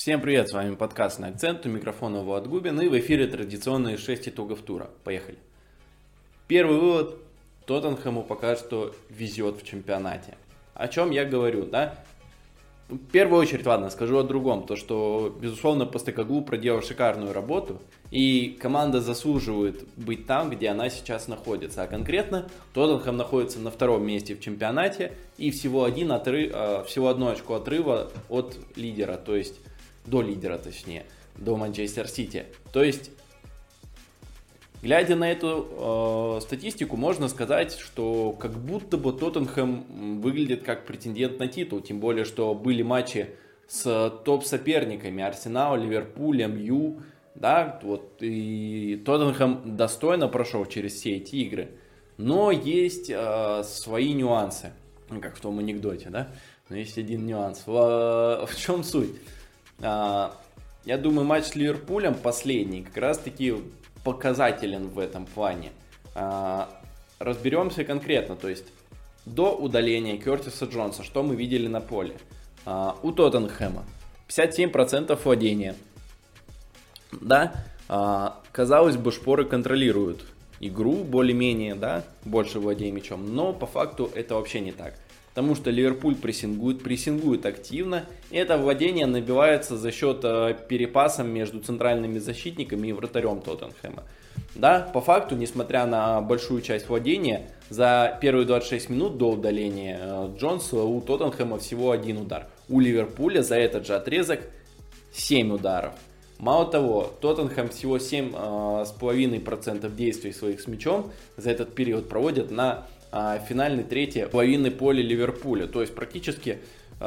Всем привет, с вами подкаст «На акцент», у микрофона Влад Губин, и в эфире традиционные 6 итогов тура. Поехали. Первый вывод. Тоттенхэму пока что везет в чемпионате. О чем я говорю, да? В первую очередь, ладно, скажу о другом. То, что, безусловно, Постекоглу проделал шикарную работу, и команда заслуживает быть там, где она сейчас находится. А конкретно, Тоттенхэм находится на втором месте в чемпионате, и всего одно очко отрыва от лидера, то есть до лидера, точнее, до Манчестер Сити. То есть, глядя на эту статистику, можно сказать, что как будто бы Тоттенхэм выглядит как претендент на титул. Тем более, что были матчи с топ-соперниками: Арсенал, Ливерпуль, МЮ. Да, вот, и Тоттенхэм достойно прошел через все эти игры. Но есть свои нюансы. Как в том анекдоте, да? Но есть один нюанс. В чем суть? Я думаю, матч с Ливерпулем последний как раз таки показателен в этом плане. Разберемся конкретно, то есть до удаления Кертиса Джонса, что мы видели на поле. У Тоттенхэма 57% владения. Да, казалось бы, шпоры контролируют игру более-менее, да, больше владея мячом, но по факту это вообще не так. Потому что Ливерпуль прессингует активно, и это владение набивается за счет перепаса между центральными защитниками и вратарем Тоттенхэма. Да, по факту, несмотря на большую часть владения, за первые 26 минут до удаления Джонса у Тоттенхэма всего один удар. У Ливерпуля за этот же отрезок 7 ударов. Мало того, Тоттенхэм всего 7,5% действий своих с мячом за этот период проводят на финальной третьей половины поля Ливерпуля. То есть практически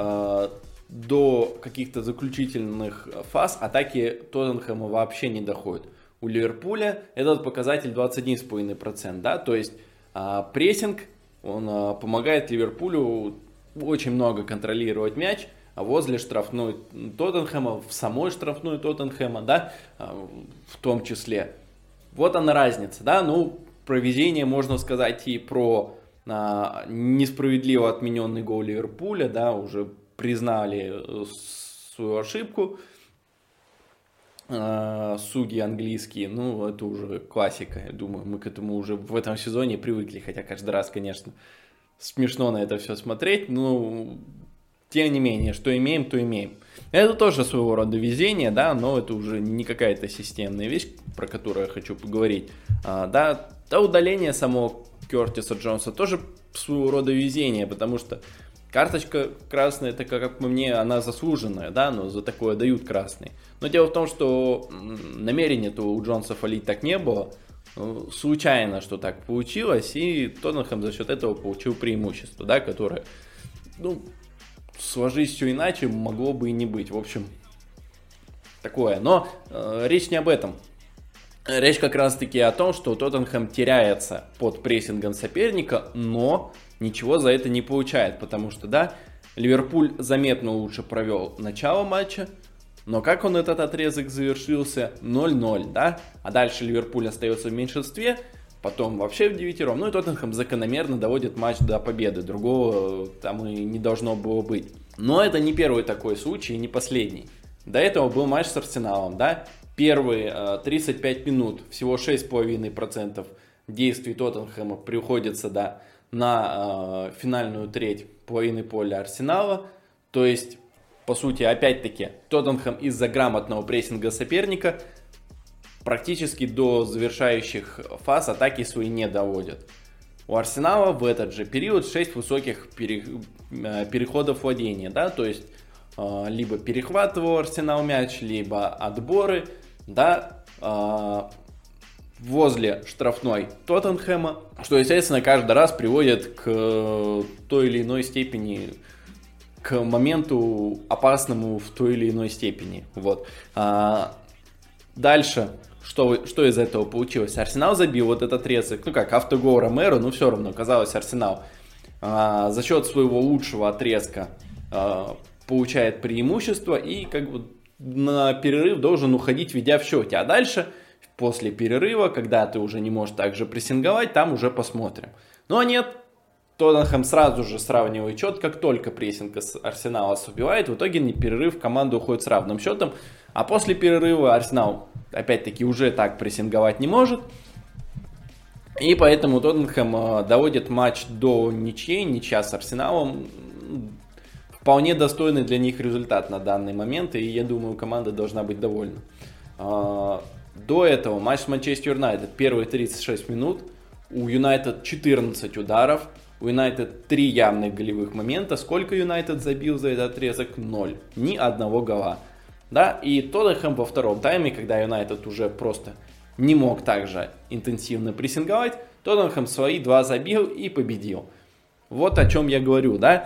до каких-то заключительных фаз атаки Тоттенхэма вообще не доходят. У Ливерпуля этот показатель 21,5%. Да? То есть прессинг, он помогает Ливерпулю очень много контролировать мяч, а возле штрафной Тоттенхэма, в самой штрафной Тоттенхэма, да, в том числе. Вот она разница, да, ну, про везение можно сказать и про несправедливо отмененный гол Ливерпуля, да, уже признали свою ошибку судьи английские, ну, это уже классика, я думаю, мы к этому уже в этом сезоне привыкли, хотя каждый раз, конечно, смешно на это все смотреть, но тем не менее, что имеем, то имеем. Это тоже своего рода везение, да, но это уже не какая-то системная вещь, про которую я хочу поговорить. Да, удаление самого Кертиса Джонса тоже своего рода везение, потому что карточка красная, это, как по мне, она заслуженная, да, но за такое дают красный. Но дело в том, что намерения-то у Джонса фалить так не было, случайно, что так получилось, и Тоттенхэм за счет этого получил преимущество, да, которое, ну, сложись все иначе, могло бы и не быть. В общем, такое. Но речь не об этом. Речь как раз таки о том, что Тоттенхэм теряется под прессингом соперника, но ничего за это не получает. Потому что, да, Ливерпуль заметно лучше провел начало матча, но как он этот отрезок завершился? 0-0, да? А дальше Ливерпуль остается в меньшинстве, потом вообще в девятером. Ну и Тоттенхэм закономерно доводит матч до победы. Другого там и не должно было быть. Но это не первый такой случай и не последний. До этого был матч с Арсеналом, да? Первые 35 минут, всего 6,5% действий Тоттенхэма приходится, да, на финальную треть половины поля Арсенала. То есть, по сути, опять-таки, Тоттенхэм из-за грамотного прессинга соперника практически до завершающих фаз атаки свои не доводят. У Арсенала в этот же период 6 высоких переходов владения, да, то есть либо перехватывал Арсенал мяч, либо отборы, да, возле штрафной Тоттенхэма, что, естественно, каждый раз приводит к той или иной степени, к моменту опасному в той или иной степени. Вот. Дальше, что из этого получилось? Арсенал забил вот этот отрезок, ну как, автогол Ромеро, но все равно, казалось, Арсенал за счет своего лучшего отрезка получает преимущество и как бы на перерыв должен уходить, ведя в счете. А дальше, после перерыва, когда ты уже не можешь так же прессинговать, там уже посмотрим. Но нет, Тоттенхэм сразу же сравнивает счет, как только прессинг Арсенала убивает. В итоге на перерыв команда уходит с равным счетом. А после перерыва Арсенал, опять-таки, уже так прессинговать не может. И поэтому Тоттенхэм доводит матч до ничьей. Ничья с Арсеналом. Вполне достойный для них результат на данный момент. И я думаю, команда должна быть довольна. До этого матч с Манчестер Юнайтед. Первые 36 минут. У Юнайтед 14 ударов. У Юнайтед 3 явных голевых момента. Сколько Юнайтед забил за этот отрезок? 0. Ни одного гола. Да? И Тоттенхэм во втором тайме, когда Юнайтед уже просто не мог так же интенсивно прессинговать, Тоттенхэм свои 2 забил и победил. Вот о чем я говорю. Да?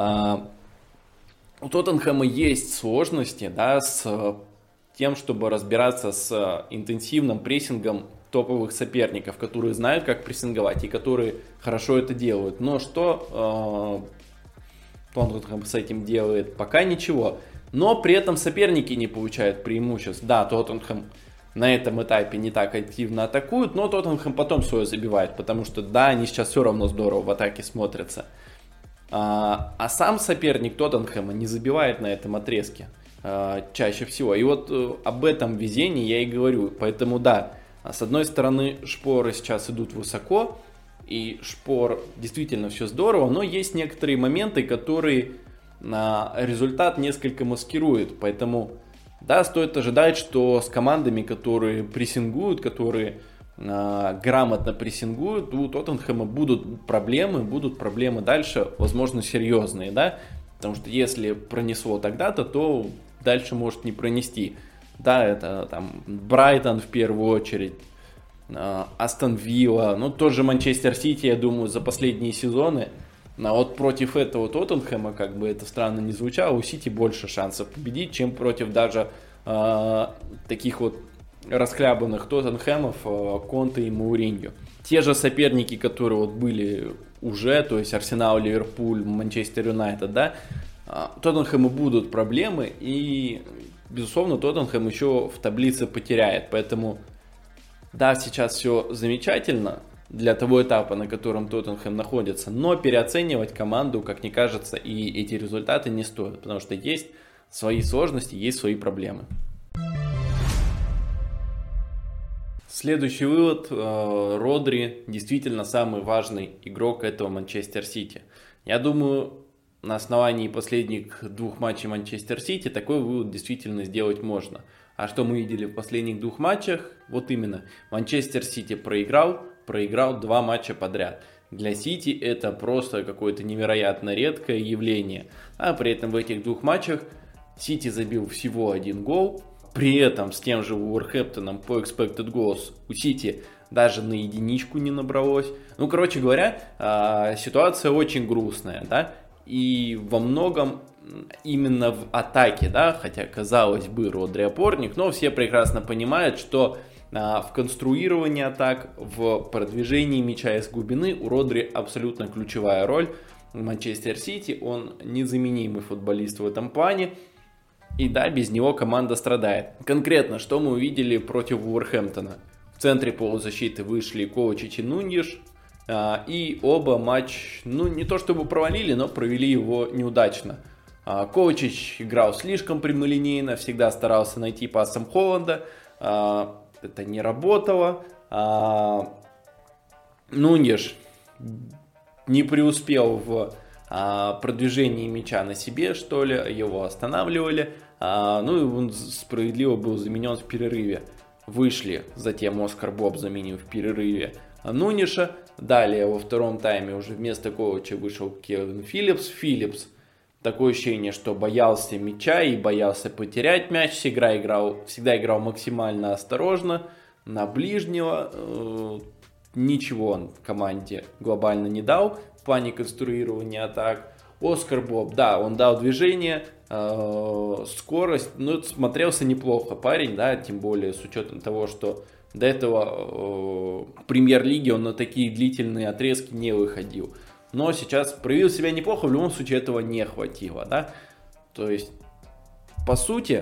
У Тоттенхэма есть сложности, да, с тем, чтобы разбираться с интенсивным прессингом топовых соперников, которые знают, как прессинговать и которые хорошо это делают. Но что Тоттенхэм с этим делает? Пока ничего. Но при этом соперники не получают преимуществ. Да, Тоттенхэм на этом этапе не так активно атакуют, но Тоттенхэм потом свое забивает, потому что, да, они сейчас все равно здорово в атаке смотрятся. А сам соперник Тоттенхэма не забивает на этом отрезке чаще всего. И вот об этом везении я и говорю. Поэтому, да, с одной стороны, шпоры сейчас идут высоко, и шпор действительно все здорово, но есть некоторые моменты, которые результат несколько маскируют. Поэтому, да, стоит ожидать, что с командами, которые прессингуют, которые грамотно прессингуют, у Тоттенхэма будут проблемы дальше, возможно, серьезные, да, потому что если пронесло тогда-то, то дальше может не пронести. Да, это там Брайтон в первую очередь, Астон Вилла, ну тот же Манчестер Сити, я думаю, за последние сезоны. А вот против этого Тоттенхэма, как бы это странно не звучало, у Сити больше шансов победить, чем против даже таких вот расхлябанных Тоттенхэмов, Конте и Мауриньо. Те же соперники, которые вот были уже, то есть Арсенал, Ливерпуль, Манчестер Юнайтед, да, Тоттенхэму будут проблемы, и, безусловно, Тоттенхэм еще в таблице потеряет. Поэтому, да, сейчас все замечательно для того этапа, на котором Тоттенхэм находится, но переоценивать команду, как мне кажется, и эти результаты не стоит, потому что есть свои сложности, есть свои проблемы. Следующий вывод. Родри действительно самый важный игрок этого Манчестер Сити. Я думаю, на основании последних 2 матчей Манчестер Сити такой вывод действительно сделать можно. А что мы видели в последних 2 матчах? Вот именно. Манчестер Сити проиграл 2 матча подряд. Для Сити это просто какое-то невероятно редкое явление. А при этом в этих 2 матчах Сити забил всего 1 гол. При этом с тем же Вулверхэмптоном по expected goals у Сити даже на единичку не набралось. Ну, короче говоря, ситуация очень грустная, да, и во многом именно в атаке, да, хотя, казалось бы, Родри опорник, но все прекрасно понимают, что в конструировании атак, в продвижении мяча из глубины у Родри абсолютно ключевая роль. Манчестер Сити, он незаменимый футболист в этом плане. И да, без него команда страдает. Конкретно, что мы увидели против Вулверхэмптона? В центре полузащиты вышли Ковачич и Нуньеш. И оба матч, ну не то чтобы провалили, но провели его неудачно. Ковачич играл слишком прямолинейно, всегда старался найти пасом Холланда. Это не работало. Нуньеш не преуспел в продвижении мяча на себе, что ли, его останавливали. Ну и он справедливо был заменен в перерыве. Вышли, затем Оскар Боб заменил в перерыве Нуньеша. Далее во втором тайме уже вместо Ковача вышел Кевин Филлипс. Такое ощущение, что боялся мяча и боялся потерять мяч. Всегда играл максимально осторожно, на ближнего. Ничего он команде глобально не дал в плане конструирования атак. Оскар Боб, да, он дал движение, скорость, но смотрелся неплохо парень, да, тем более с учетом того, что до этого в премьер-лиге он на такие длительные отрезки не выходил. Но сейчас проявил себя неплохо, в любом случае этого не хватило, да. То есть, по сути,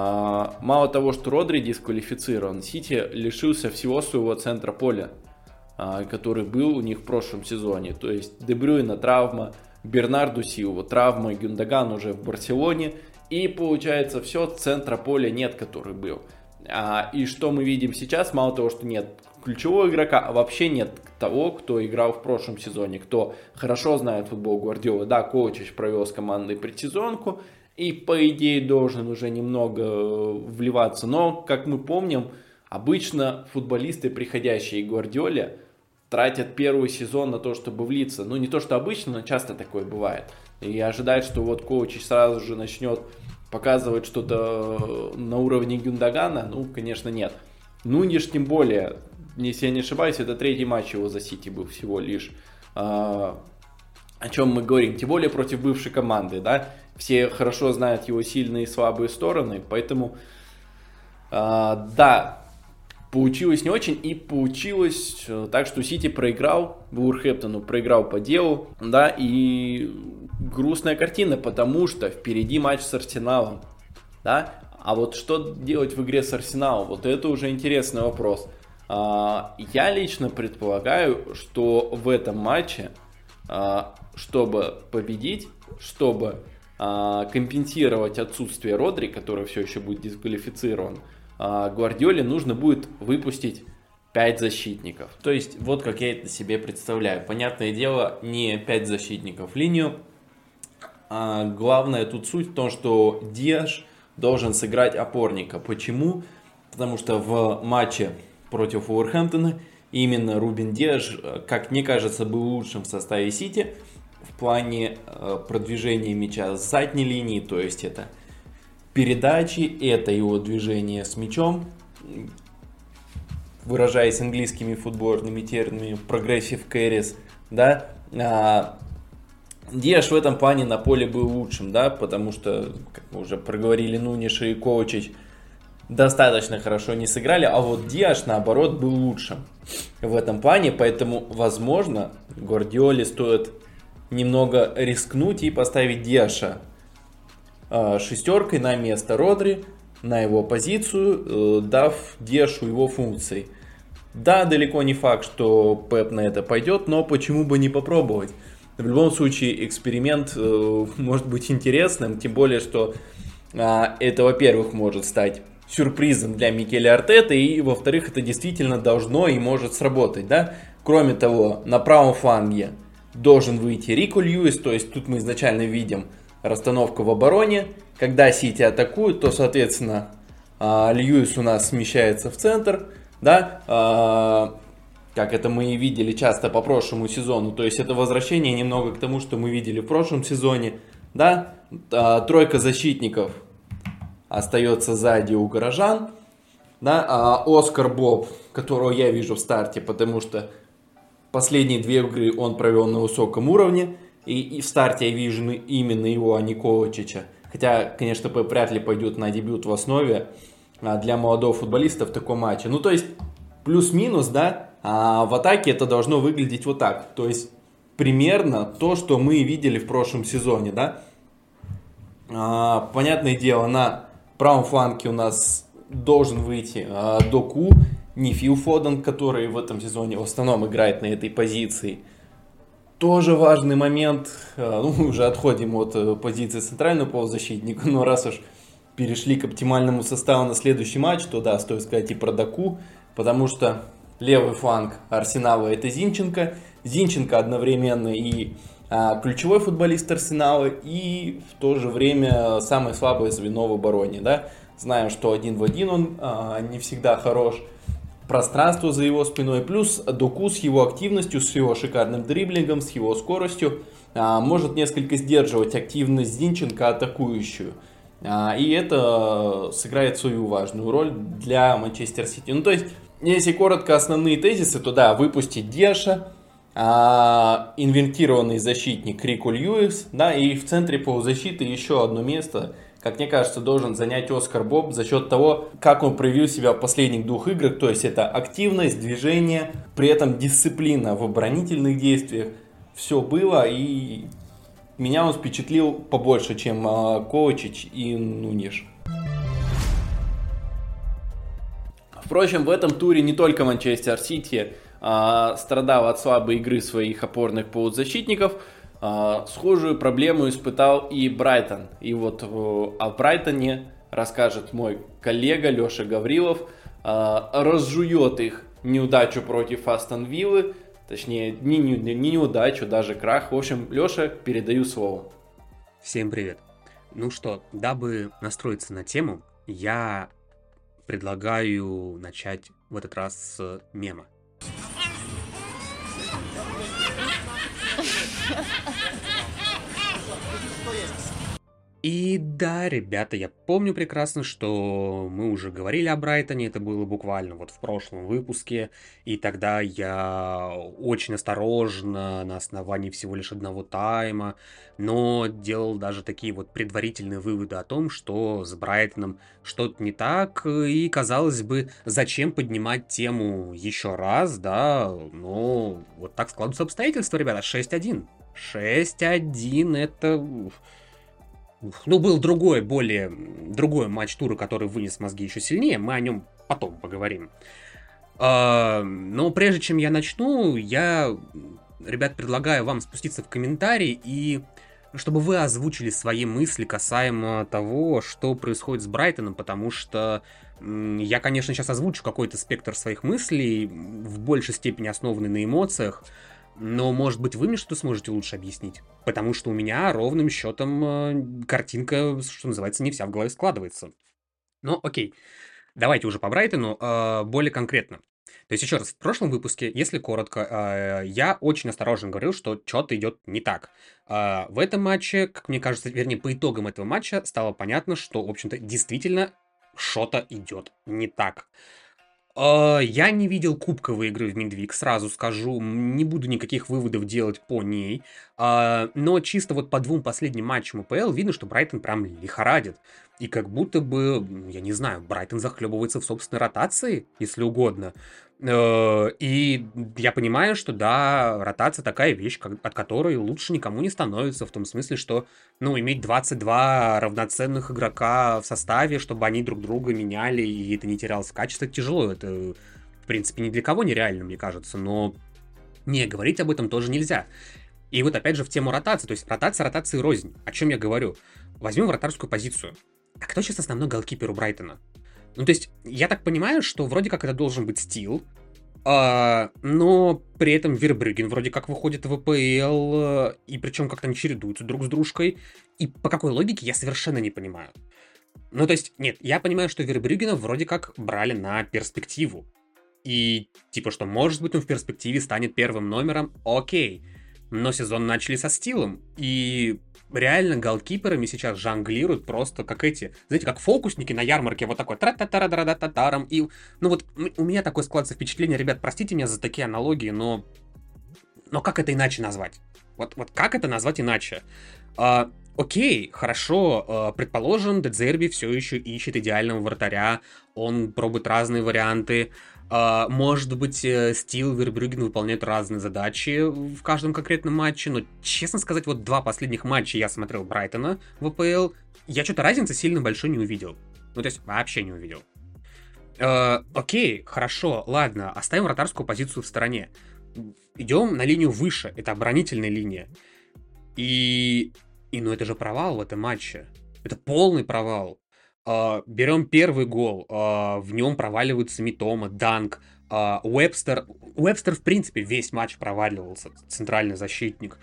мало того, что Родри дисквалифицирован, Сити лишился всего своего центра поля. который был у них в прошлом сезоне. То есть Де Брюйна травма, Бернарду Силва травма, Гюндоган уже в Барселоне. И получается все, центра поля нет, который был. И что мы видим сейчас? Мало того, что нет ключевого игрока, а вообще нет того, кто играл в прошлом сезоне, кто хорошо знает футбол Гвардиолы. Да, Ковачич провел с командой предсезонку и, по идее, должен уже немного вливаться. Но, как мы помним, обычно футболисты, приходящие к Гвардиоле, тратят первый сезон на то, чтобы влиться. Ну, не то, что обычно, но часто такое бывает. И ожидать, что вот Ковачич сразу же начнет показывать что-то на уровне Гюндогана, ну, конечно, нет. Нуньеш, тем более, если я не ошибаюсь, это 3-й матч его за Сити был всего лишь. О чем мы говорим, тем более против бывшей команды, да. Все хорошо знают его сильные и слабые стороны, поэтому, да, получилось не очень, и получилось так, что Сити проиграл, Вулверхэмптону проиграл по делу, да, и грустная картина, потому что впереди матч с Арсеналом, да, а вот что делать в игре с Арсеналом, вот это уже интересный вопрос. Я лично предполагаю, что в этом матче, чтобы победить, чтобы компенсировать отсутствие Родри, который все еще будет дисквалифицирован, Гвардиоле нужно будет выпустить 5 защитников. То есть, вот как я это себе представляю. Понятное дело, не 5 защитников в линию. Главное тут суть в том, что Диаш должен сыграть опорника. Почему? Потому что в матче против Вулверхэмптона именно Рубен Диаш, как мне кажется, был лучшим в составе Сити в плане продвижения мяча с задней линии. То есть, это передачи, это его движение с мячом, выражаясь английскими футбольными терминами, progressive carries, да, Диаш в этом плане на поле был лучшим, да, потому что, как мы уже проговорили, Нуньеш и Ковачич достаточно хорошо не сыграли, а вот Диаш, наоборот, был лучшим в этом плане, поэтому, возможно, Гвардиоле стоит немного рискнуть и поставить Диаша шестеркой на место Родри, на его позицию, дав Диашу его функции. Да, далеко не факт, что Пеп на это пойдет, но почему бы не попробовать? В любом случае, эксперимент может быть интересным, тем более, что это, во-первых, может стать сюрпризом для Микеля Артеты, и, во-вторых, это действительно должно и может сработать, да? Кроме того, на правом фланге должен выйти Рико Льюис, то есть тут мы изначально видим расстановку в обороне. Когда Сити атакует, то, соответственно, Льюис у нас смещается в центр, да, как это мы и видели часто по прошлому сезону. То есть это возвращение немного к тому, что мы видели в прошлом сезоне, да. Тройка защитников остается сзади у горожан, да. Оскар Боб, которого я вижу в старте, потому что последние 2 игры он провел на высоком уровне. И в старте я вижу именно его, а не Ковачича. Хотя, конечно, Пеп вряд ли пойдет на дебют в основе для молодого футболиста в таком матче. Ну, то есть, плюс-минус, да, в атаке это должно выглядеть вот так. То есть, примерно то, что мы видели в прошлом сезоне, да. Понятное дело, на правом фланге у нас должен выйти Доку, не Фил Фоден, который в этом сезоне в основном играет на этой позиции. Тоже важный момент, ну, мы уже отходим от позиции центрального полузащитника, но раз уж перешли к оптимальному составу на следующий матч, то да, стоит сказать и про Доку, потому что левый фланг Арсенала это Зинченко, Зинченко одновременно и ключевой футболист Арсенала, и в то же время самое слабое звено в обороне, да, знаем, что 1 в 1 он не всегда хорош. Пространство за его спиной, плюс Доку с его активностью, с его шикарным дриблингом, с его скоростью может несколько сдерживать активность Зинченко атакующую. И это сыграет свою важную роль для Манчестер Сити. Ну, то есть, если коротко основные тезисы, то да, выпустить Диаша, инвертированный защитник Рико Льюис, да, и в центре полузащиты еще одно место, как мне кажется, должен занять Оскар Боб за счет того, как он проявил себя в последних 2 играх. То есть это активность, движение, при этом дисциплина в оборонительных действиях. Все было, и меня он впечатлил побольше, чем Ковачич и Нуньеш. Впрочем, в этом туре не только Манчестер Сити страдал от слабой игры своих опорных полузащитников. Схожую проблему испытал и Брайтон. И вот о Брайтоне расскажет мой коллега Леша Гаврилов. Разжует их неудачу против Астон Виллы. Точнее, не неудачу, даже крах. В общем, Леша, передаю слово. Всем привет. Ну что, дабы настроиться на тему, я предлагаю начать в этот раз с мема. И да, ребята, я помню прекрасно, что мы уже говорили о Брайтоне, это было буквально вот в прошлом выпуске, и тогда я очень осторожно, на основании всего лишь одного тайма, но делал даже такие вот предварительные выводы о том, что с Брайтоном что-то не так, и, казалось бы, зачем поднимать тему еще раз, да, но вот так складываются обстоятельства, ребята, 6-1. 6-1 это... Ну, был другой матч тура, который вынес мозги еще сильнее, мы о нем потом поговорим. Но прежде чем я начну, ребят, предлагаю вам спуститься в комментарии и чтобы вы озвучили свои мысли касаемо того, что происходит с Брайтоном, потому что я, конечно, сейчас озвучу какой-то спектр своих мыслей, в большей степени основанный на эмоциях, но, может быть, вы мне что-то сможете лучше объяснить? Потому что у меня ровным счетом картинка, что называется, не вся в голове складывается. Ну, окей. Давайте уже по Брайтону более конкретно. То есть, еще раз, в прошлом выпуске, если коротко, я очень осторожно говорил, что что-то идет не так. В этом матче, как мне кажется, вернее, по итогам этого матча стало понятно, что, в общем-то, действительно что-то идет не так. Я не видел кубковой игры в Midweek, сразу скажу, не буду никаких выводов делать по ней, но чисто вот по двум последним матчам АПЛ видно, что Брайтон прям лихорадит, и как будто бы, я не знаю, Брайтон захлебывается в собственной ротации, если угодно, и я понимаю, что да, ротация такая вещь, от которой лучше никому не становится, в том смысле, что, ну, иметь 22 равноценных игрока в составе, чтобы они друг друга меняли, и это не терялось в качестве, тяжело, это, в принципе, ни для кого нереально, мне кажется, но не говорить об этом тоже нельзя. И вот опять же в тему ротации, то есть ротации рознь. О чем я говорю? Возьмем вратарскую позицию. А кто сейчас основной голкипер у Брайтона? Ну, то есть, я так понимаю, что вроде как это должен быть Стил, но при этом Вербрюген вроде как выходит в АПЛ, и причем как-то они чередуются друг с дружкой. И по какой логике, я совершенно не понимаю. Ну, то есть, нет, я понимаю, что Вербрюгена вроде как брали на перспективу. И типа, что может быть он в перспективе станет первым номером, окей. Но сезон начали со Стилом, и реально голкиперами сейчас жонглируют просто как эти, знаете, как фокусники на ярмарке, вот такой тра-та-та-ра-та-та-тарам. И, ну вот, у меня такое складывается впечатление, ребят, простите меня за такие аналогии, но как это иначе назвать? Вот как это назвать иначе? Окей, хорошо, предположим, Де Зерби все еще ищет идеального вратаря, он пробует разные варианты. Может быть, Стил, Вербрюген выполняют разные задачи в каждом конкретном матче, но, честно сказать, вот два последних матча я смотрел Брайтона в АПЛ, я что-то разницы сильно большой не увидел. Ну, то есть, вообще не увидел. Окей, хорошо, ладно, оставим вратарскую позицию в стороне. Идем на линию выше, это оборонительная линия. И ну это же провал в этом матче. Это полный провал. Берем первый гол, в нем проваливаются Митома, Данк, Уэбстер, в принципе, весь матч проваливался, центральный защитник.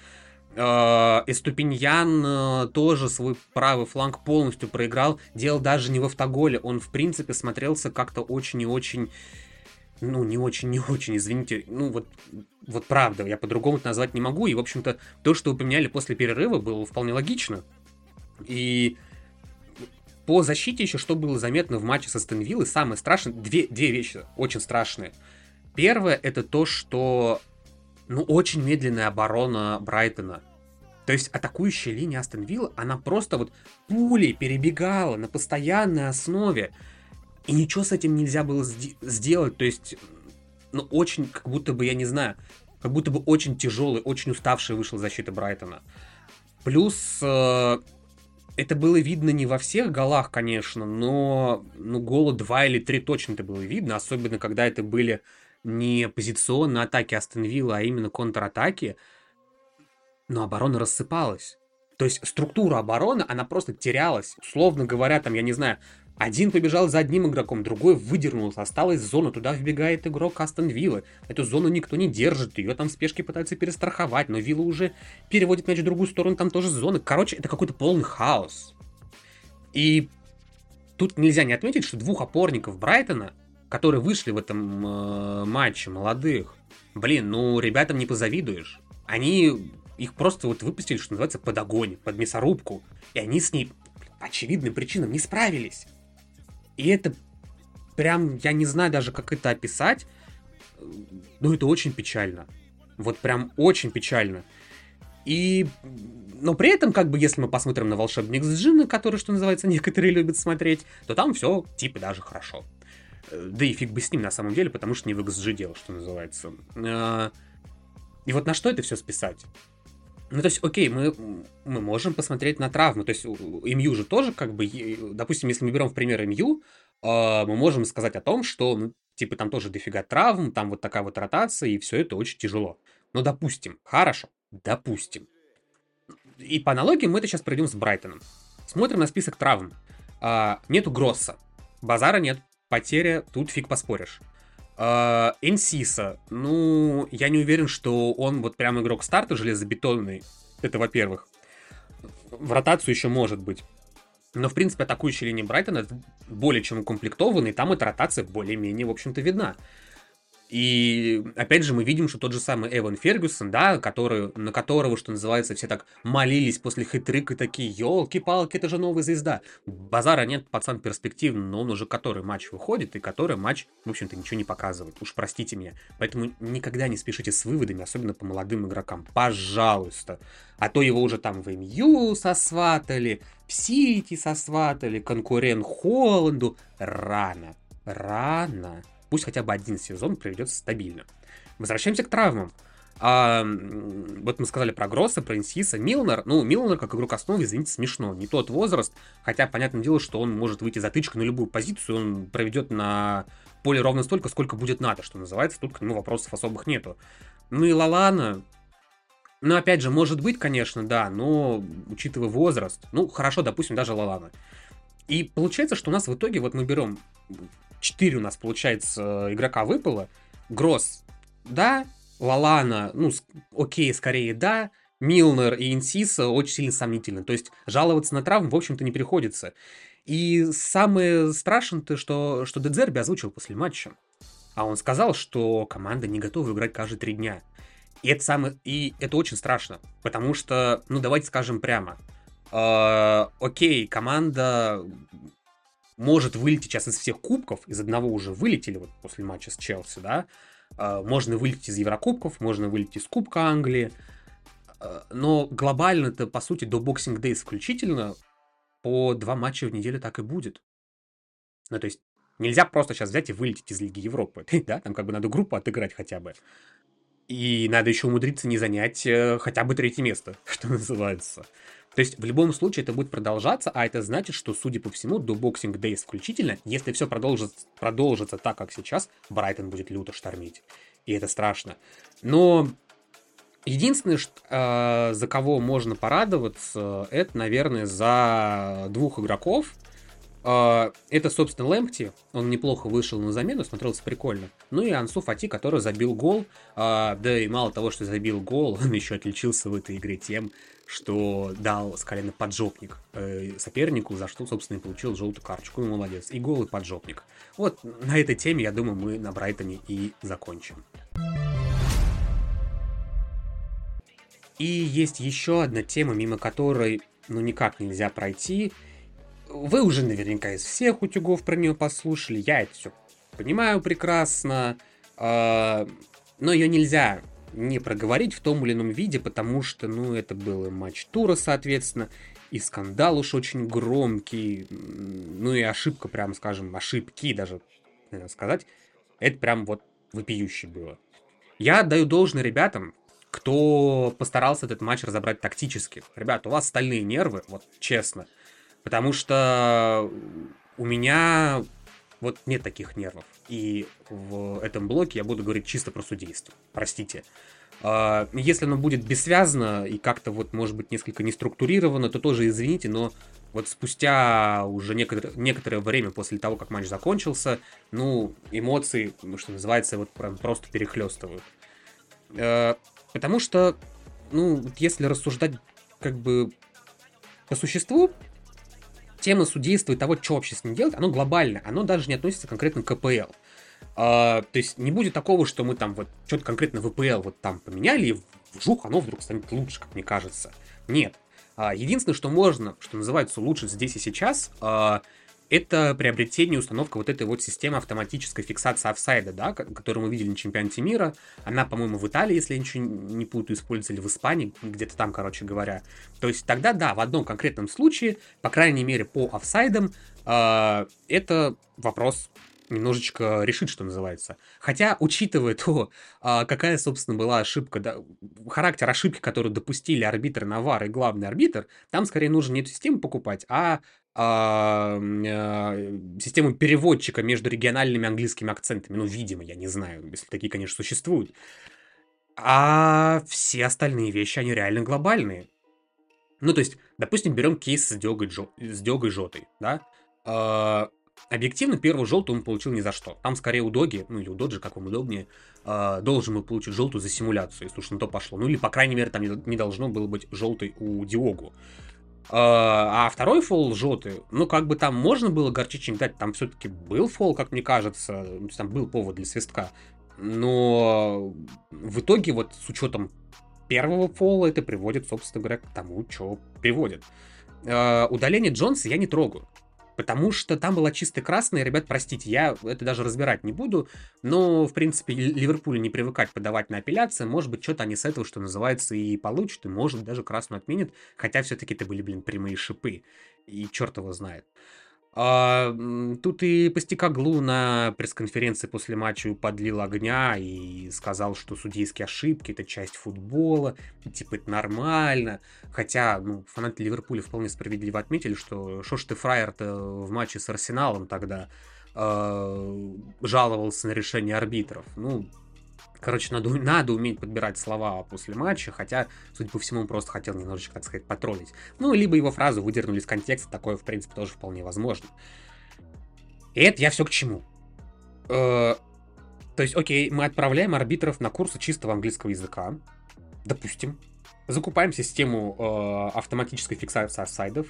Эступиньян тоже свой правый фланг полностью проиграл, дело даже не в автоголе, он, в принципе, смотрелся как-то очень и очень, ну, не очень, извините, ну, вот правда, я по-другому это назвать не могу, и, в общем-то, то, что вы поменяли после перерыва, было вполне логично. И по защите еще, что было заметно в матче со Астон Виллой, самое страшное, две вещи очень страшные. Первое, это то, что, ну, очень медленная оборона Брайтона. То есть атакующая линия Астон Вилла, она просто вот пулей перебегала на постоянной основе. И ничего с этим нельзя было сделать. То есть, ну, очень, как будто бы, я не знаю, как будто бы очень тяжелый, очень уставший вышла защита Брайтона. Плюс это было видно не во всех голах, конечно, но гола 2 или 3 точно это было видно, особенно когда это были не позиционные атаки Астон Вилла, а именно контратаки, но оборона рассыпалась. То есть структура обороны, она просто терялась. Условно говоря, там, я не знаю, один побежал за одним игроком, другой выдернулся, осталась зона, туда вбегает игрок Астон Виллы. Эту зону никто не держит, ее там в спешке пытаются перестраховать, но Вилла уже переводит мяч в другую сторону, там тоже зоны. Короче, это какой-то полный хаос. И тут нельзя не отметить, что двух опорников Брайтона, которые вышли в этом матче, молодых, блин, ну, ребятам не позавидуешь. Они их просто вот выпустили, что называется, под огонь, под мясорубку. И они с ней по очевидным причинам не справились. И это прям, я не знаю даже, как это описать, но это очень печально. Вот прям очень печально. Но при этом, как бы, если мы посмотрим на волшебник с Джинна, который, что называется, некоторые любят смотреть, то там все типа даже хорошо. Да и фиг бы с ним на самом деле, потому что не в XG дело, что называется. И вот на что это все списать? Ну, то есть, окей, мы можем посмотреть на травмы. То есть, МЮ же тоже, как бы, допустим, если мы берем в пример МЮ, мы можем сказать о том, что, ну, типа, там тоже дофига травм, там вот такая вот ротация, и все это очень тяжело. Но допустим, хорошо, допустим. И по аналогии мы это сейчас пройдем с Брайтоном. Смотрим на список травм. Нету Гросса. Базара нет. Потеря, тут фиг поспоришь. Энсиса, ну, я не уверен, что он вот прям игрок старта железобетонный. Это во-первых. В ротацию еще может быть. Но, в принципе, атакующая линия Брайтона более чем укомплектована, и там эта ротация более-менее, в общем-то, видна. И, опять же, мы видим, что тот же самый Эван Фергюсон, да, на которого, что называется, все так молились после хэт-трика, такие, елки-палки, это же новая звезда. Базара нет, пацан перспективный, но он уже который матч выходит, и который матч, в общем-то, ничего не показывает. Уж простите меня. Поэтому никогда не спешите с выводами, особенно по молодым игрокам. Пожалуйста. А то его уже там в МЮ сосватали, в Сити сосватали, конкурент Холланду. Рано. Пусть хотя бы один сезон проведется стабильно. Возвращаемся к травмам. Вот мы сказали про Гросса, про Инсиса. Милнер, как игрок основы, извините, смешно. Не тот возраст, хотя, понятное дело, что он может выйти затычкой на любую позицию, он проведет на поле ровно столько, сколько будет надо, что называется. Тут к нему вопросов особых нету. Ну и Лалана, ну, опять же, может быть, конечно, да, но учитывая возраст, ну, хорошо, допустим, даже Лалана. И получается, что у нас в итоге, вот мы берем 4 у нас, получается, игрока выпало. Гросс, да. Лалана, ну, окей, скорее да. Милнер и Инсиса очень сильно сомнительны. То есть жаловаться на травму, в общем-то, не приходится. И самое страшное, что Дедзерби озвучил после матча. А он сказал, что команда не готова играть каждые 3 дня. И это очень страшно. Потому что, ну, давайте скажем прямо. Окей, команда может вылететь сейчас из всех кубков, из одного уже вылетели вот после матча с Челси, да, можно вылететь из Еврокубков, можно вылететь из Кубка Англии, но глобально-то, по сути, до Boxing Day исключительно по 2 матча в неделю так и будет. Ну, то есть нельзя просто сейчас взять и вылететь из Лиги Европы, да, там как бы надо группу отыграть хотя бы. И надо еще умудриться не занять хотя бы 3-е место, что называется. То есть в любом случае это будет продолжаться, а это значит, что, судя по всему, до Boxing Day исключительно, если все продолжится так, как сейчас, Брайтон будет люто штормить. И это страшно. Но единственное, за кого можно порадоваться, это, наверное, за 2 игроков. Это, собственно, Лэмпти. Он неплохо вышел на замену, смотрелся прикольно. Ну и Ансу Фати, который забил гол. Да и мало того, что забил гол, он еще отличился в этой игре тем, что дал с колена поджопник сопернику, за что, собственно, и получил желтую карточку. Ну, молодец. И гол, и поджопник. Вот на этой теме, я думаю, мы на Брайтоне и закончим. И есть еще одна тема, мимо которой, ну, никак нельзя пройти. Вы уже наверняка из всех утюгов про нее послушали. Я это все понимаю прекрасно. Но ее нельзя не проговорить в том или ином виде, потому что, ну, это был матч тура, соответственно, и скандал уж очень громкий, ну и ошибка, прям скажем, ошибки даже, наверное, сказать, это прям вот вопиюще было. Я отдаю должное ребятам, кто постарался этот матч разобрать тактически. Ребята, у вас стальные нервы, вот честно. Потому что у меня Вот нет таких нервов. И в этом блоке я буду говорить чисто про судейство. Простите. Если оно будет бессвязно и как-то вот, может быть, несколько неструктурировано, то тоже извините, но вот спустя уже некоторое время после того, как матч закончился, ну, эмоции, что называется, вот прям просто перехлестывают. Потому что, ну, если рассуждать как бы по существу, тема судейства и того, что вообще с ним делать, оно глобальное, оно даже не относится конкретно к КПЛ. То есть не будет такого, что мы там вот что-то конкретно в ВПЛ вот там поменяли, и вжух, оно вдруг станет лучше, как мне кажется. Нет. Единственное, что можно, что называется, улучшить здесь и сейчас, это приобретение и установка вот этой вот системы автоматической фиксации офсайда, да, которую мы видели на чемпионате мира. Она, по-моему, в Италии, если я ничего не путаю, использовали, в Испании, где-то там, короче говоря. То есть тогда, да, в одном конкретном случае, по крайней мере, по офсайдам, это вопрос немножечко решить, что называется. Хотя, учитывая то, какая, собственно, была ошибка, да, характер ошибки, которую допустили арбитры на ВАР и главный арбитр, там скорее нужно не эту систему покупать, а систему переводчика между региональными английскими акцентами. Ну, видимо, я не знаю, если такие, конечно, существуют. А все остальные вещи, они реально глобальные. Ну, то есть, допустим, берем кейс с Дёгой Жотой, да? Объективно, первую желтую он получил ни за что. Там скорее у Доги, ну или у Доджи, как вам удобнее, должен был получить желтую за симуляцию, если уж на то пошло. Ну или, по крайней мере, там не должно было быть желтой у Диогу. А второй фол желтый, ну как бы там можно было горчичник дать, там все-таки был фол, как мне кажется, там был повод для свистка. Но в итоге вот с учетом первого фола это приводит, собственно говоря, к тому, что приводит. Удаление Джонса я не трогаю. Потому что там была чисто красная, ребят, простите, я это даже разбирать не буду, но, в принципе, Ливерпулю не привыкать подавать на апелляции, может быть, что-то они с этого, что называется, и получат, и, может, даже красную отменят, хотя все-таки это были, прямые шипы, и черт его знает. Тут и Постекоглу на пресс-конференции после матча подлил огня и сказал, что судейские ошибки — это часть футбола, и, типа, это нормально. Хотя, ну, фанаты Ливерпуля вполне справедливо отметили, что шо ж ты, фраер-то, в матче с Арсеналом тогда жаловался на решение арбитров. Ну, короче, надо уметь подбирать слова после матча, хотя, судя по всему, он просто хотел немножечко, так сказать, потроллить. Ну, либо его фразу выдернули из контекста, такое, в принципе, тоже вполне возможно. И это я все к чему. То есть, окей, мы отправляем арбитров на курсы чистого английского языка, допустим, закупаем систему автоматической фиксации офсайдов,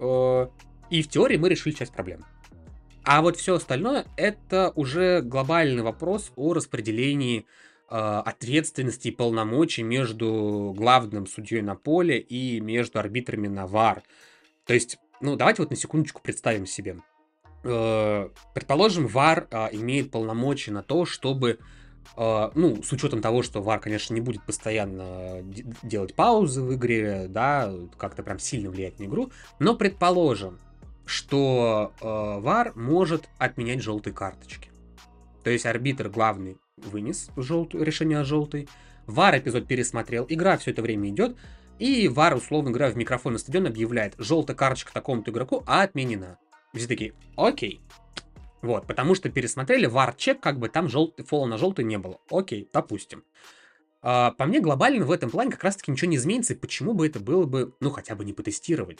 и в теории мы решили часть проблем. А вот все остальное — это уже глобальный вопрос о распределении ответственности и полномочий между главным судьей на поле и между арбитрами на ВАР. То есть, ну, давайте вот на секундочку представим себе. Предположим, ВАР имеет полномочия на то, чтобы, ну, с учетом того, что ВАР, конечно, не будет постоянно делать паузы в игре, да, как-то прям сильно влиять на игру, но предположим, что ВАР может отменять желтые карточки. То есть арбитр главный вынес решение о желтой, ВАР эпизод пересмотрел, игра все это время идет, и ВАР, условно говоря, в микрофон на стадион объявляет: желтая карточка такому-то игроку отменена. И все такие: окей. Вот, потому что пересмотрели, ВАР-чек, как бы там фола на желтый не было. Окей, допустим. По мне, глобально в этом плане как раз-таки ничего не изменится, и почему бы это было бы, ну, хотя бы не потестировать.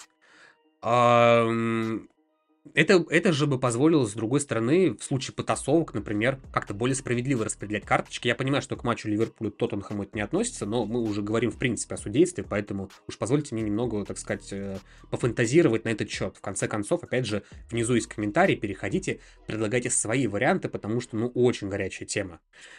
Это же бы позволило, с другой стороны, в случае потасовок, например, как-то более справедливо распределять карточки. Я понимаю, что к матчу Ливерпуля Тоттенхэму это не относится, но мы уже говорим, в принципе, о судействе, поэтому уж позвольте мне немного, так сказать, пофантазировать на этот счет. В конце концов, опять же, внизу есть комментарии, переходите, предлагайте свои варианты, потому что, ну, очень горячая тема.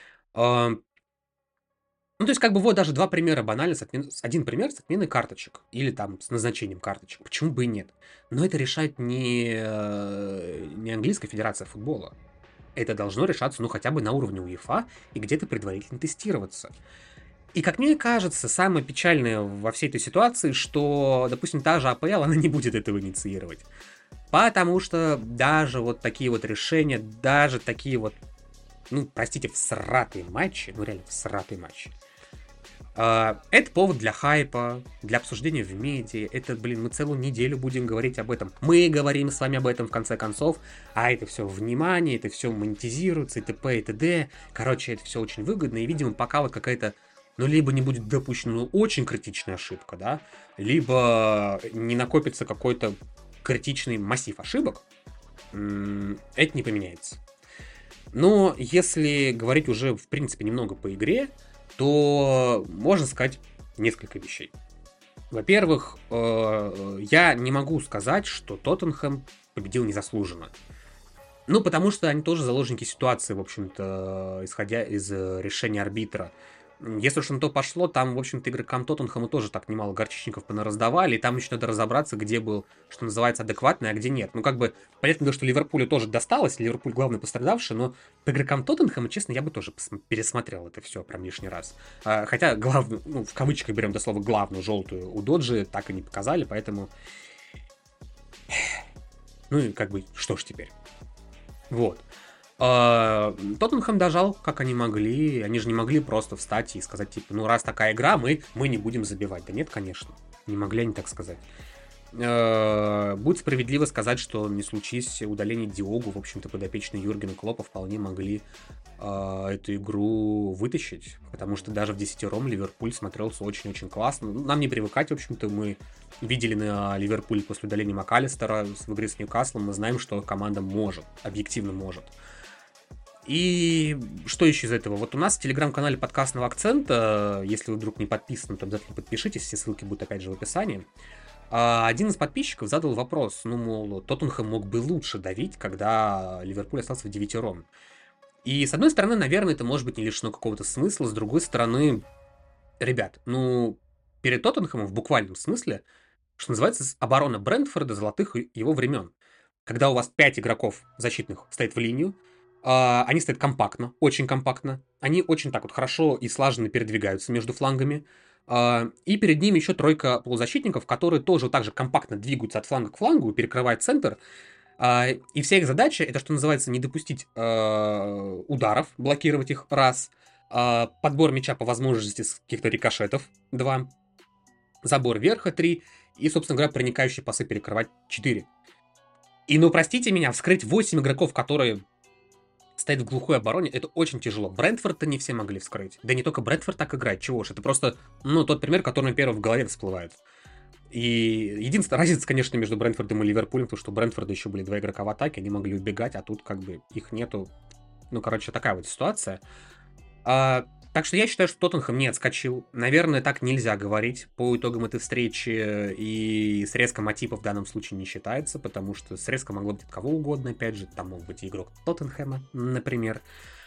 Ну, то есть, как бы, вот даже два примера банально. Один пример с отменой карточек. Или там с назначением карточек. Почему бы и нет? Но это решает не английская федерация футбола. Это должно решаться, ну, хотя бы на уровне УЕФА и где-то предварительно тестироваться. И, как мне кажется, самое печальное во всей этой ситуации, что, допустим, та же АПЛ, она не будет этого инициировать. Потому что даже вот такие вот решения, даже такие вот, ну, простите, всратые матчи, ну, реально всратые матчи, Это повод для хайпа, для обсуждения в медиа. Это, мы целую неделю будем говорить об этом. Мы говорим с вами об этом в конце концов. А это все внимание, это все монетизируется, и т.п. и т.д. Короче, это все очень выгодно. И, видимо, пока вот какая-то, либо не будет допущена очень критичная ошибка, да, либо не накопится какой-то критичный массив ошибок, это не поменяется. Но если говорить уже, в принципе, немного по игре, то можно сказать несколько вещей. Во-первых, я не могу сказать, что Тоттенхэм победил незаслуженно. Потому что они тоже заложники ситуации, в общем-то, исходя из решения арбитра. Если уж на то пошло, там, в общем-то, игрокам Тоттенхэма тоже так немало горчичников понараздавали, и там еще надо разобраться, где был, что называется, адекватный, а где нет. Понятно, что Ливерпулю тоже досталось, Ливерпуль главный пострадавший, но по игрокам Тоттенхэма, честно, я бы тоже пересмотрел это все прям лишний раз. Хотя главную, в кавычках берем до слова главную, желтую, у Доджи так и не показали, поэтому... что ж теперь? Вот. Тоттенхэм дожал, как они могли. Они же не могли просто встать и сказать, раз такая игра, мы не будем забивать. Да нет, конечно. Не могли они так сказать. Будет справедливо сказать, что не случись удаление Диогу, в общем-то, подопечные Юргена Клоппа вполне могли эту игру вытащить, потому что даже в 10-ром Ливерпуль смотрелся очень-очень классно. Нам не привыкать, в общем-то, мы видели на Ливерпуль после удаления МакАлистера в игре с Ньюкаслом, мы знаем, что команда может, объективно может. И что еще из этого? Вот у нас в телеграм-канале подкастного акцента, если вы вдруг не подписаны, то обязательно подпишитесь, все ссылки будут опять же в описании. Один из подписчиков задал вопрос, Тоттенхэм мог бы лучше давить, когда Ливерпуль остался в 9-ром. И с одной стороны, наверное, это может быть не лишено какого-то смысла, с другой стороны, ребят, перед Тоттенхэмом в буквальном смысле, что называется, оборона Брентфорда золотых его времен. Когда у вас 5 игроков защитных стоит в линию, они стоят компактно, очень компактно. Они очень так вот хорошо и слаженно передвигаются между флангами. И перед ними еще тройка полузащитников, которые тоже так же компактно двигаются от фланга к флангу, перекрывают центр. И вся их задача, это, что называется, не допустить ударов, блокировать их, раз. Подбор мяча по возможности с каких-то рикошетов, 2. Забор верха, 3. И, собственно говоря, проникающие пасы перекрывать, 4. И, простите меня, вскрыть 8 игроков, которые стоит в глухой обороне, это очень тяжело. Брентфорд-то не все могли вскрыть. Да не только Брентфорд так играет, чего ж. Это просто, тот пример, который первый в голове всплывает. И единственная разница, конечно, между Брентфордом и Ливерпулем, то, что у Брентфорда еще были 2 игрока в атаке, они могли убегать, а тут их нету. Такая вот ситуация. Так что я считаю, что Тоттенхэм не отскочил. Наверное, так нельзя говорить по итогам этой встречи. И срезка Матипа в данном случае не считается, потому что срезка могла быть от кого угодно. Опять же, там мог быть и игрок Тоттенхэма, например.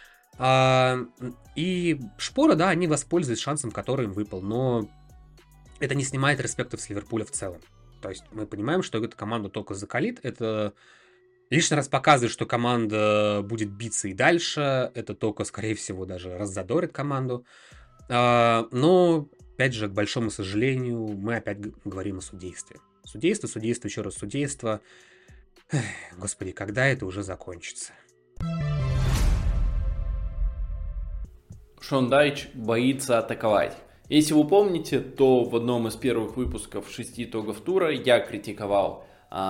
И Шпора, да, они воспользовались шансом, который им выпал. Но это не снимает респектов с Ливерпуля в целом. То есть мы понимаем, что эта команда только закалит. Это лишний раз показывает, что команда будет биться и дальше. Это только, скорее всего, даже раззадорит команду. Но, опять же, к большому сожалению, мы опять говорим о судействе. Судейство, еще раз судейство. Господи, когда это уже закончится? Шон Дайч боится атаковать. Если вы помните, то в одном из первых выпусков 6 итогов тура я критиковал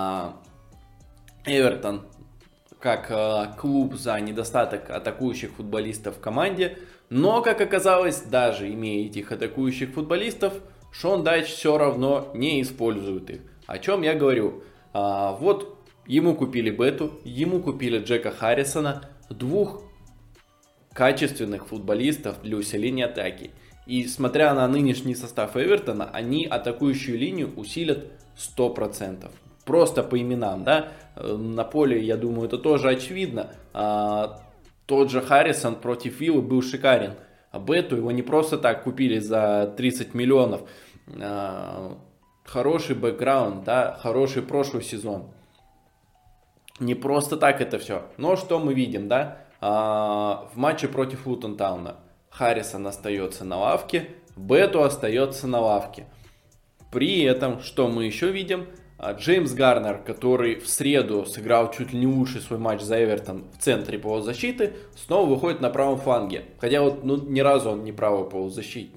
Эвертон как клуб за недостаток атакующих футболистов в команде, но, как оказалось, даже имея этих атакующих футболистов, Шон Дайч все равно не использует их. О чем я говорю? Вот ему купили Бету, ему купили Джека Харрисона, 2 качественных футболистов для усиления атаки. И смотря на нынешний состав Эвертона, они атакующую линию усилят 100%. Просто по именам, да, на поле, я думаю, это тоже очевидно. Тот же Харрисон против Виллы был шикарен. А Бету его не просто так купили за 30 миллионов. Хороший бэкграунд, да, хороший прошлый сезон. Не просто так это все. Но что мы видим, да, в матче против Лутон Тауна Харрисон остается на лавке, Бету остается на лавке. При этом, что мы еще видим? Джеймс Гарнер, который в среду сыграл чуть ли не лучший свой матч за Эвертон в центре полузащиты, снова выходит на правом фланге. Хотя ни разу он не правый полузащитник.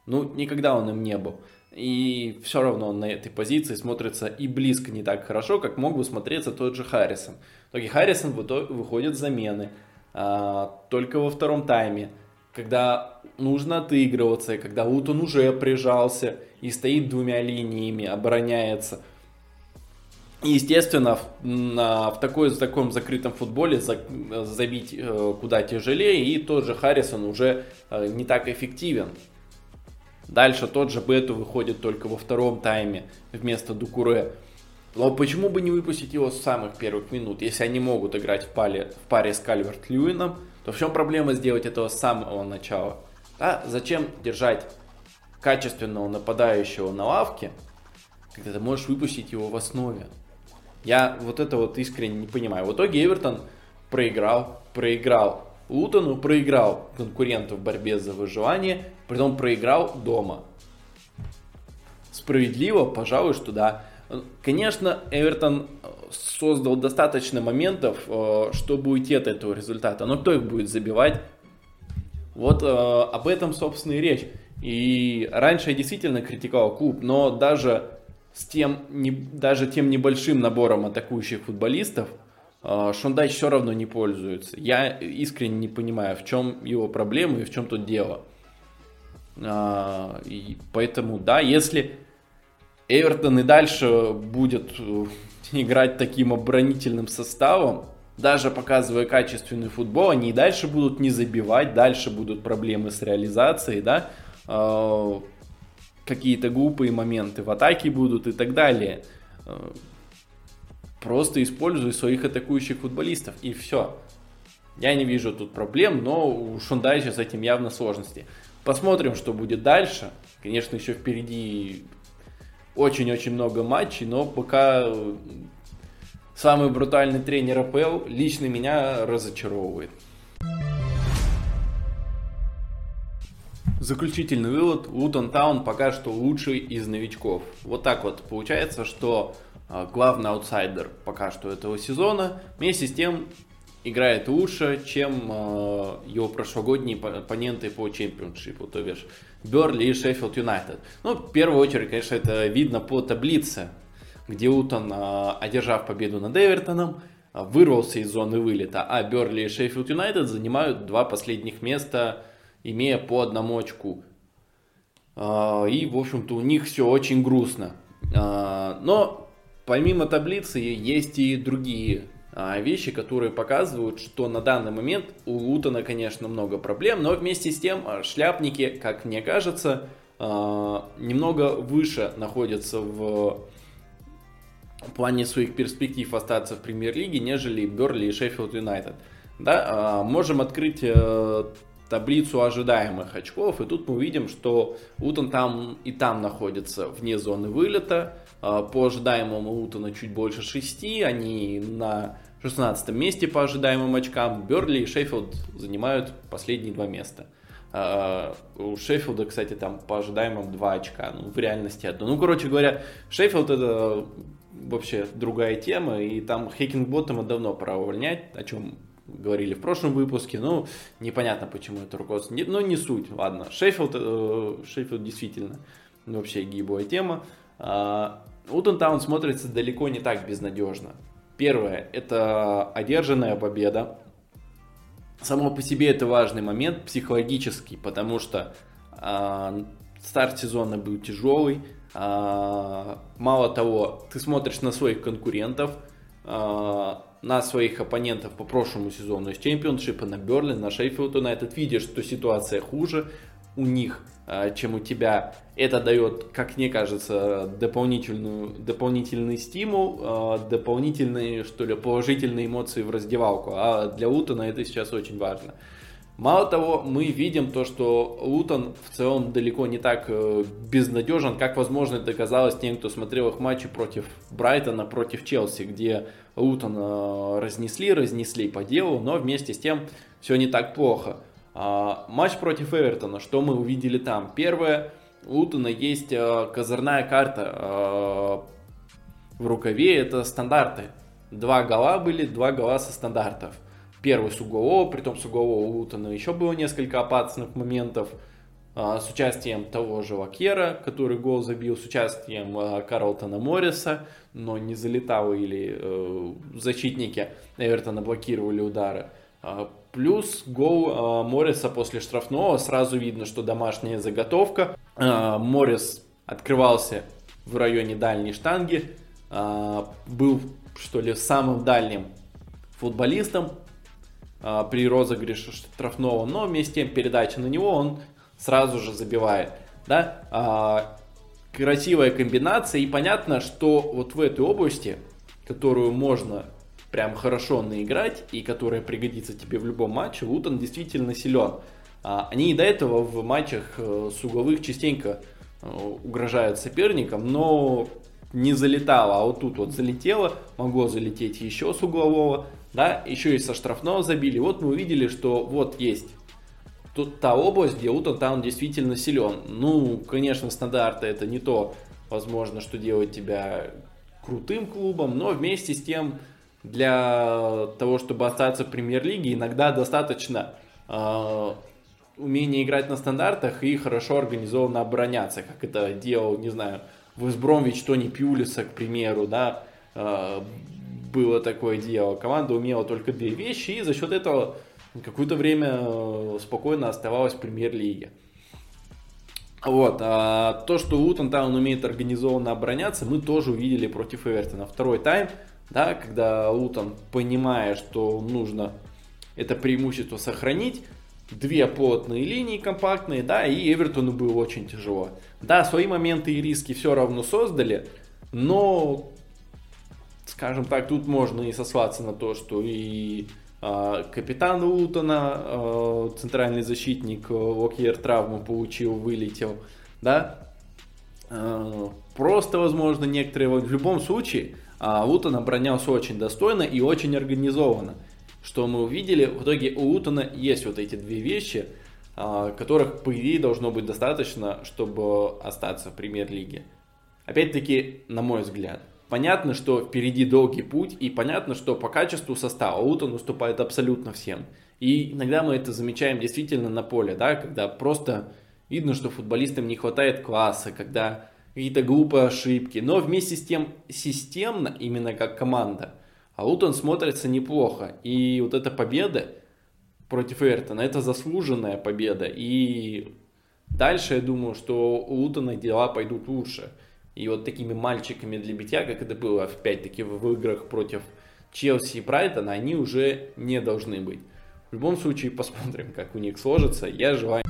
Ну, никогда он им не был. И все равно он на этой позиции смотрится и близко не так хорошо, как мог бы смотреться тот же Харрисон. В итоге Харрисон выходит с замены только во втором тайме, когда нужно отыгрываться, когда Утон уже прижался и стоит двумя линиями, обороняется. И, естественно, в таком закрытом футболе забить куда тяжелее, и тот же Харрисон уже не так эффективен. Дальше тот же Бету выходит только во втором тайме вместо Дукуре. Но почему бы не выпустить его с самых первых минут? Если они могут играть в паре с Кальверт-Льюином, то в чем проблема сделать этого с самого начала? Да? Зачем держать качественного нападающего на лавке, когда ты можешь выпустить его в основе? Я вот это вот искренне не понимаю. В итоге Эвертон проиграл Лутону, проиграл конкуренту в борьбе за выживание, притом проиграл дома. Справедливо? Пожалуй, что да. Конечно, Эвертон создал достаточно моментов, чтобы уйти от этого результата. Но кто их будет забивать? Вот об этом, собственно, и речь. И раньше я действительно критиковал клуб, но даже тем небольшим набором атакующих футболистов Шон Дайч все равно не пользуется. Я искренне не понимаю, в чем его проблема и в чем тут дело. И поэтому, да, если Эвертон и дальше будет играть таким оборонительным составом, даже показывая качественный футбол, они и дальше будут не забивать, дальше будут проблемы с реализацией, да, какие-то глупые моменты в атаке будут и так далее. Просто используй своих атакующих футболистов, и все. Я не вижу тут проблем, но у Шон Дайча с этим явно сложности. Посмотрим, что будет дальше. Конечно, еще впереди очень-очень много матчей, но пока самый брутальный тренер АПЛ лично меня разочаровывает. Заключительный вывод. Лутон Таун пока что лучший из новичков. Вот так вот получается, что главный аутсайдер пока что этого сезона вместе с тем играет лучше, чем его прошлогодние оппоненты по чемпионшипу, то бишь Бернли и Шеффилд Юнайтед. Ну, в первую очередь, конечно, это видно по таблице, где Лутон, одержав победу над Эвертоном, вырвался из зоны вылета, а Бернли и Шеффилд Юнайтед занимают два последних места, имея по одному очку. И, в общем-то, у них все очень грустно. Но помимо таблицы есть и другие вещи, которые показывают, что на данный момент у Лутона, конечно, много проблем, но вместе с тем шляпники, как мне кажется, немного выше находятся в плане своих перспектив остаться в премьер-лиге, нежели Бернли и Шеффилд Юнайтед. Да, можем открыть таблицу ожидаемых очков, и тут мы увидим, что Лутон там и там находится вне зоны вылета. По ожидаемому Лутона чуть больше 6, они на 16 месте по ожидаемым очкам. Бернли и Шеффилд занимают последние два места. У Шеффилда, кстати, там по ожидаемым 2 очка, ну в реальности одно. Ну, короче говоря, Шеффилд это вообще другая тема, и там Хекингботтема давно пора увольнять, о чем говорили в прошлом выпуске, ну, непонятно, почему это руководство, но не суть, ладно. Шеффилд действительно вообще гиблая тема. Лутон Таун смотрится далеко не так безнадежно. Первое, это одержанная победа. Само по себе это важный момент психологический, потому что старт сезона был тяжелый. Мало того, ты смотришь на своих конкурентов, на своих оппонентов по прошлому сезону из чемпионшипа, на Бернли, на Шеффилд Юнайтед, видишь, что ситуация хуже у них, чем у тебя. Это дает, как мне кажется, дополнительный стимул, дополнительные, что ли, положительные эмоции в раздевалку. А для Лутона это сейчас очень важно. Мало того, мы видим то, что Лутон в целом далеко не так безнадежен, как, возможно, это казалось тем, кто смотрел их матчи против Брайтона, против Челси, где Лутон разнесли по делу, но вместе с тем все не так плохо. Матч против Эвертона, что мы увидели там? Первое, у Лутона есть козырная карта в рукаве, это стандарты. 2 гола были, 2 гола со стандартов. Первый с углового, притом с углового у Лутона еще было несколько опасных моментов. с участием того же Лакьера, который гол забил, с участием Карлтона Морриса, но не залетал или защитники Эвертона блокировали удары. Плюс гол Морриса после штрафного, сразу видно, что домашняя заготовка. Моррис открывался в районе дальней штанги, был, что ли, самым дальним футболистом при розыгрыше штрафного, но вместе с тем передача на него, он сразу же забивает. Да? Красивая комбинация, и понятно, что вот в этой области, которую можно прям хорошо наиграть и которая пригодится тебе в любом матче, Лутон действительно силен. Они и до этого в матчах с угловых частенько угрожают соперникам, но не залетало, а вот тут вот залетело, могло залететь еще с углового, да, еще и со штрафного забили. Вот мы увидели, что вот есть тут та область, где Лутон Таун действительно силен. Ну, конечно, стандарты это не то, возможно, что делает тебя крутым клубом, но вместе с тем для того, чтобы остаться в премьер-лиге, иногда достаточно умение играть на стандартах и хорошо организованно обороняться, как это делал, не знаю, Вест Бромвич Тони Пьюлиса, к примеру, да, было такое дело. Команда умела только две вещи, и за счет этого какое-то время спокойно оставалась в премьер-лиге. Вот, то, что Лутон Таун умеет организованно обороняться, мы тоже увидели против Эвертона. Второй тайм, да, когда Лутон, понимая, что нужно это преимущество сохранить, две плотные линии компактные, да, и Эвертону было очень тяжело. Да, свои моменты и риски все равно создали, но, скажем так, тут можно и сослаться на то, что и капитан Лутона, центральный защитник Локьер, травму получил, вылетел, да, просто, возможно, некоторые, в любом случае, Лутон оборонялся очень достойно и очень организованно. Что мы увидели, в итоге у Лутона есть вот эти две вещи, которых, по идее, должно быть достаточно, чтобы остаться в премьер-лиге. Опять-таки, на мой взгляд, понятно, что впереди долгий путь, и понятно, что по качеству состава Лутон уступает абсолютно всем. И иногда мы это замечаем действительно на поле, да, когда просто видно, что футболистам не хватает класса, когда какие-то глупые ошибки, но вместе с тем системно, именно как команда, Лутон смотрится неплохо. И вот эта победа против Эвертона, это заслуженная победа. И дальше я думаю, что у Лутона дела пойдут лучше. И вот такими мальчиками для битья, как это было опять-таки в играх против Челси и Брайтона, они уже не должны быть. В любом случае посмотрим, как у них сложится. Я желаю.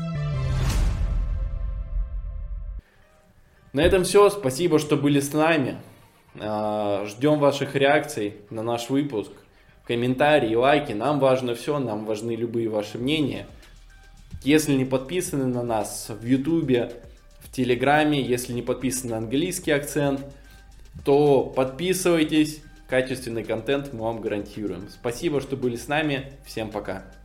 На этом все. Спасибо, что были с нами. Ждем ваших реакций на наш выпуск, комментарии, лайки. Нам важно все, нам важны любые ваши мнения. Если не подписаны на нас в Ютубе, в Телеграме, если не подписаны на английский акцент, то подписывайтесь. Качественный контент мы вам гарантируем. Спасибо, что были с нами. Всем пока.